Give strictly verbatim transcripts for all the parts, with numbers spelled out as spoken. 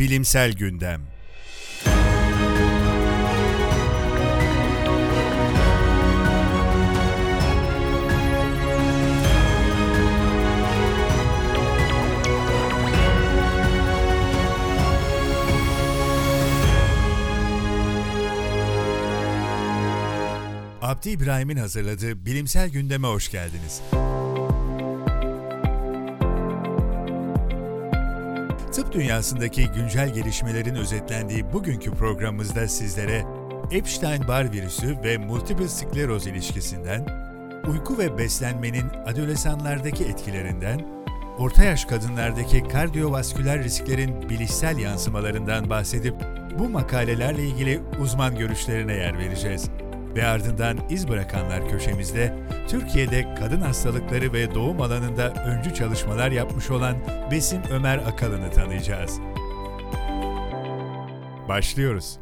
Bilimsel Gündem. Abdi İbrahim'in hazırladığı Bilimsel Gündem'e hoş geldiniz. Tıp dünyasındaki güncel gelişmelerin özetlendiği bugünkü programımızda sizlere Epstein-Barr virüsü ve multiple skleroz ilişkisinden, uyku ve beslenmenin adolesanlardaki etkilerinden, orta yaş kadınlardaki kardiyovasküler risklerin bilişsel yansımalarından bahsedip bu makalelerle ilgili uzman görüşlerine yer vereceğiz. Ve ardından iz bırakanlar köşemizde Türkiye'de kadın hastalıkları ve doğum alanında öncü çalışmalar yapmış olan Besim Ömer Akalın'ı tanıyacağız. Başlıyoruz.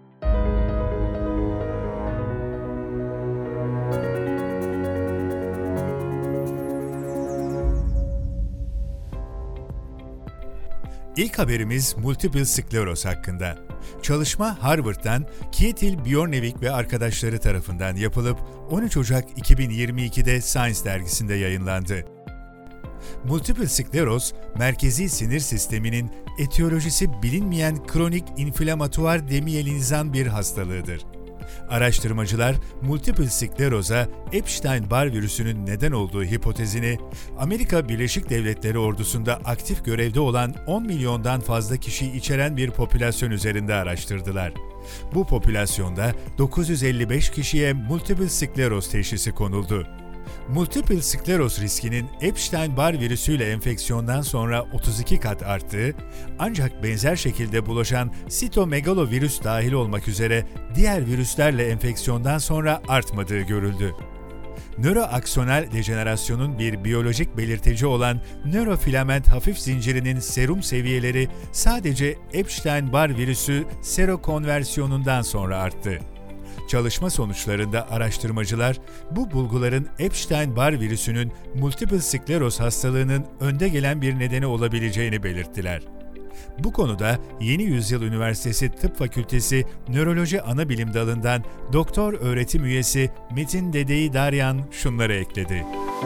İlk haberimiz multiple skleroz hakkında. Çalışma Harvard'dan Kjetil Bjornevik ve arkadaşları tarafından yapılıp on üç Ocak iki bin yirmi ikide Science dergisinde yayınlandı. Multiple skleroz, merkezi sinir sisteminin etiyolojisi bilinmeyen kronik inflamatuar demiyelinizan bir hastalığıdır. Araştırmacılar, multiple skleroza Epstein-Barr virüsünün neden olduğu hipotezini, Amerika Birleşik Devletleri ordusunda aktif görevde olan on milyondan fazla kişiyi içeren bir popülasyon üzerinde araştırdılar. Bu popülasyonda dokuz yüz elli beş kişiye multiple skleroz teşhisi konuldu. Multiple skleroz riskinin Epstein-Barr virüsüyle enfeksiyondan sonra otuz iki kat arttığı, ancak benzer şekilde bulaşan sitomegalovirüs dahil olmak üzere diğer virüslerle enfeksiyondan sonra artmadığı görüldü. Nöroaksonal dejenerasyonun bir biyolojik belirteci olan nörofilament hafif zincirinin serum seviyeleri sadece Epstein-Barr virüsü serokonversiyonundan sonra arttı. Çalışma sonuçlarında araştırmacılar, bu bulguların Epstein-Barr virüsünün multiple skleroz hastalığının önde gelen bir nedeni olabileceğini belirttiler. Bu konuda Yeni Yüzyıl Üniversitesi Tıp Fakültesi Nöroloji Anabilim Dalı'ndan doktor öğretim üyesi Metin Dedeyi-Daryan şunları ekledi.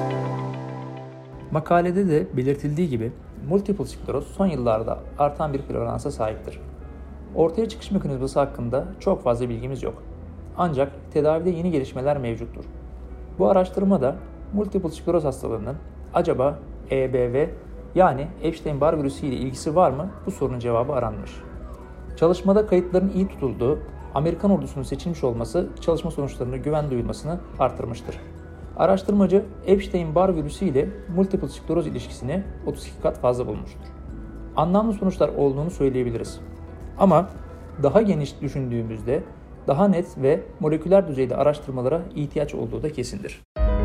Makalede de belirtildiği gibi multiple skleroz son yıllarda artan bir prevalansa sahiptir. Ortaya çıkış mekanizması hakkında çok fazla bilgimiz yok. Ancak tedavide yeni gelişmeler mevcuttur. Bu araştırmada multiple skleroz hastalığının acaba E B V yani Epstein-Barr virüsü ile ilgisi var mı? Bu sorunun cevabı aranmış. Çalışmada kayıtların iyi tutulduğu, Amerikan ordusunun seçilmiş olması çalışma sonuçlarını güven duyulmasını artırmıştır. Araştırmacı Epstein-Barr virüsü ile multiple skleroz ilişkisini otuz iki kat fazla bulmuştur. Anlamlı sonuçlar olduğunu söyleyebiliriz. Ama daha geniş düşündüğümüzde daha net ve moleküler düzeyde araştırmalara ihtiyaç olduğu da kesindir.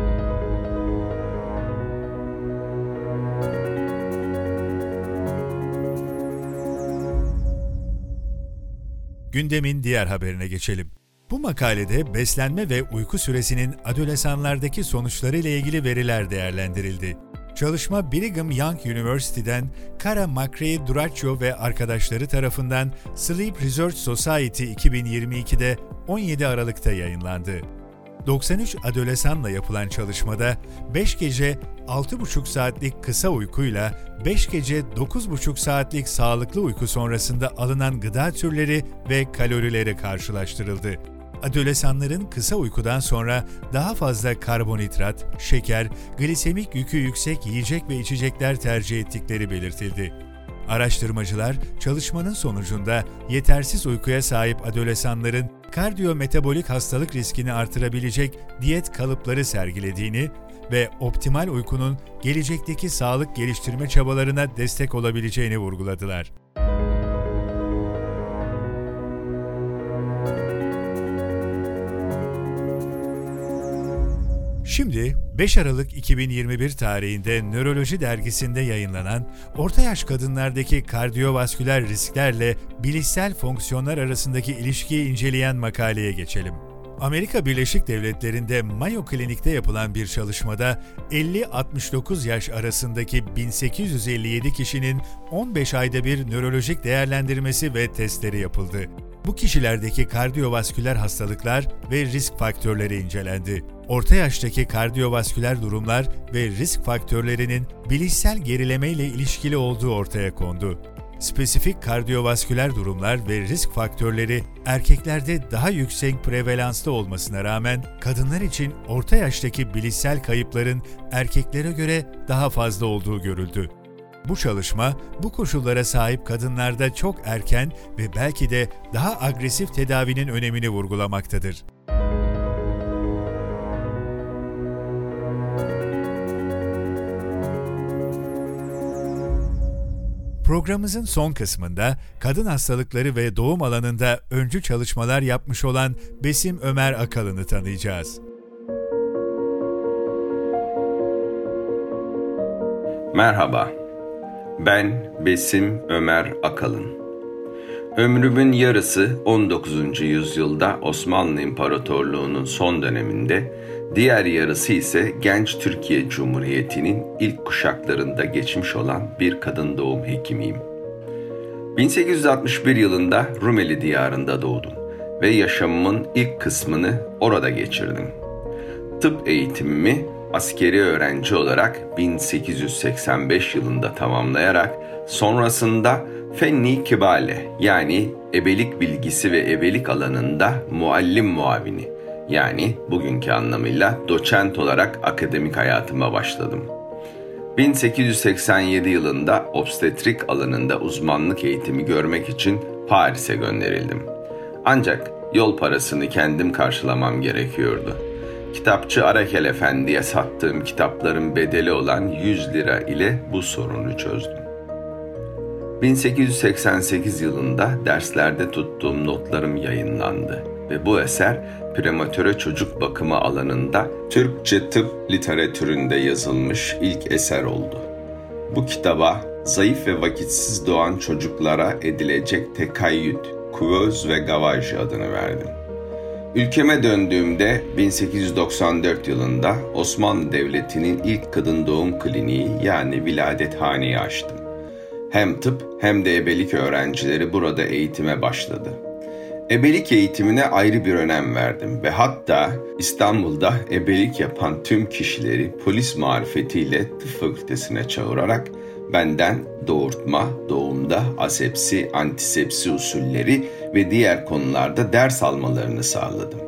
Gündemin diğer haberine geçelim. Bu makalede beslenme ve uyku süresinin adolesanlardaki sonuçları ile ilgili veriler değerlendirildi. Çalışma Brigham Young University'den Kara Macrae-Duracio ve arkadaşları tarafından Sleep Research Society iki bin yirmi ikide on yedi Aralık'ta yayınlandı. doksan üç adolesanla yapılan çalışmada beş gece altı buçuk saatlik kısa uykuyla beş gece dokuz buçuk saatlik sağlıklı uyku sonrasında alınan gıda türleri ve kalorileri karşılaştırıldı. Adolesanların kısa uykudan sonra daha fazla karbonhidrat, şeker, glisemik yükü yüksek yiyecek ve içecekler tercih ettikleri belirtildi. Araştırmacılar, çalışmanın sonucunda yetersiz uykuya sahip adolesanların kardiyometabolik hastalık riskini artırabilecek diyet kalıpları sergilediğini ve optimal uykunun gelecekteki sağlık geliştirme çabalarına destek olabileceğini vurguladılar. Şimdi beş Aralık iki bin yirmi bir tarihinde Nöroloji dergisinde yayınlanan orta yaş kadınlardaki kardiyovasküler risklerle bilişsel fonksiyonlar arasındaki ilişkiyi inceleyen makaleye geçelim. Amerika Birleşik Devletleri'nde Mayo Klinik'te yapılan bir çalışmada elli altmış dokuz yaş arasındaki bin sekiz yüz elli yedi kişinin on beş ayda bir nörolojik değerlendirmesi ve testleri yapıldı. Bu kişilerdeki kardiyovasküler hastalıklar ve risk faktörleri incelendi. Orta yaştaki kardiyovasküler durumlar ve risk faktörlerinin bilişsel gerileme ile ilişkili olduğu ortaya kondu. Spesifik kardiyovasküler durumlar ve risk faktörleri erkeklerde daha yüksek prevalanslı olmasına rağmen kadınlar için orta yaştaki bilişsel kayıpların erkeklere göre daha fazla olduğu görüldü. Bu çalışma, bu koşullara sahip kadınlarda çok erken ve belki de daha agresif tedavinin önemini vurgulamaktadır. Programımızın son kısmında kadın hastalıkları ve doğum alanında öncü çalışmalar yapmış olan Besim Ömer Akalın'ı tanıyacağız. Merhaba, ben Besim Ömer Akalın. Ömrümün yarısı on dokuzuncu yüzyılda Osmanlı İmparatorluğu'nun son döneminde, diğer yarısı ise genç Türkiye Cumhuriyeti'nin ilk kuşaklarında geçmiş olan bir kadın doğum hekimiyim. bin sekiz yüz altmış bir yılında Rumeli diyarında doğdum ve yaşamımın ilk kısmını orada geçirdim. Tıp eğitimimi askeri öğrenci olarak bin sekiz yüz seksen beş yılında tamamlayarak sonrasında Fenni Kibale yani ebelik bilgisi ve ebelik alanında muallim muavini yani bugünkü anlamıyla doçent olarak akademik hayatıma başladım. bin sekiz yüz seksen yedi yılında obstetrik alanında uzmanlık eğitimi görmek için Paris'e gönderildim. Ancak yol parasını kendim karşılamam gerekiyordu. Kitapçı Arakel Efendi'ye sattığım kitapların bedeli olan yüz lira ile bu sorunu çözdüm. bin sekiz yüz seksen sekiz yılında derslerde tuttuğum notlarım yayınlandı ve bu eser prematüre çocuk bakımı alanında Türkçe tıp literatüründe yazılmış ilk eser oldu. Bu kitaba zayıf ve vakitsiz doğan çocuklara edilecek tekayyüt, kuvöz ve gavaj adını verdim. Ülkeme döndüğümde bin sekiz yüz doksan dört yılında Osmanlı Devleti'nin ilk kadın doğum kliniği yani viladethaneyi açtım. Hem tıp hem de ebelik öğrencileri burada eğitime başladı. Ebelik eğitimine ayrı bir önem verdim ve hatta İstanbul'da ebelik yapan tüm kişileri polis marifetiyle tıp fakültesine çağırarak benden doğurtma, doğumda asepsi, antisepsi usulleri ve diğer konularda ders almalarını sağladım.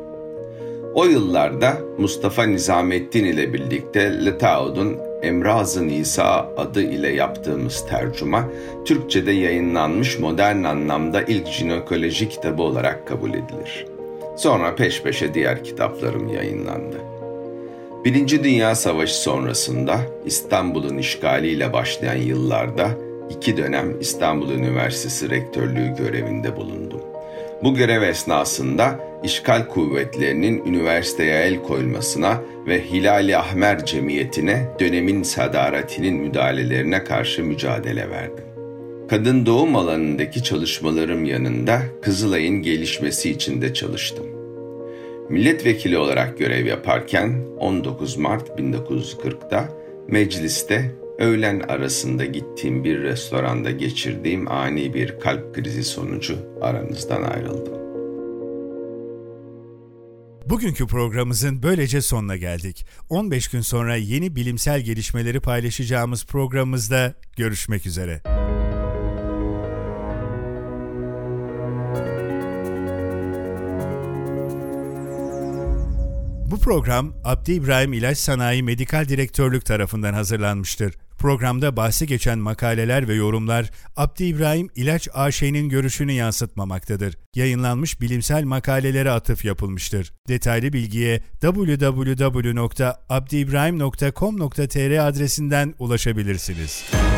O yıllarda Mustafa Nizamettin ile birlikte Letaud'un Emraz-ı Nisa adı ile yaptığımız tercüma, Türkçe'de yayınlanmış modern anlamda ilk jinekoloji kitabı olarak kabul edilir. Sonra peş peşe diğer kitaplarım yayınlandı. Birinci Dünya Savaşı sonrasında İstanbul'un işgaliyle başlayan yıllarda iki dönem İstanbul Üniversitesi Rektörlüğü görevinde bulundum. Bu görev esnasında işgal kuvvetlerinin üniversiteye el koymasına ve Hilal-i Ahmer Cemiyeti'ne dönemin sadaretinin müdahalelerine karşı mücadele verdim. Kadın doğum alanındaki çalışmalarım yanında Kızılay'ın gelişmesi için de çalıştım. Milletvekili olarak görev yaparken on dokuz Mart bin dokuz yüz kırkta mecliste öğlen arasında gittiğim bir restoranda geçirdiğim ani bir kalp krizi sonucu aranızdan ayrıldım. Bugünkü programımızın böylece sonuna geldik. on beş gün sonra yeni bilimsel gelişmeleri paylaşacağımız programımızda görüşmek üzere. Bu program Abdi İbrahim İlaç Sanayi Medikal Direktörlük tarafından hazırlanmıştır. Programda bahsi geçen makaleler ve yorumlar Abdi İbrahim İlaç A Ş'nin görüşünü yansıtmamaktadır. Yayınlanmış bilimsel makalelere atıf yapılmıştır. Detaylı bilgiye double-u double-u double-u nokta abdiibrahim nokta com nokta tr adresinden ulaşabilirsiniz.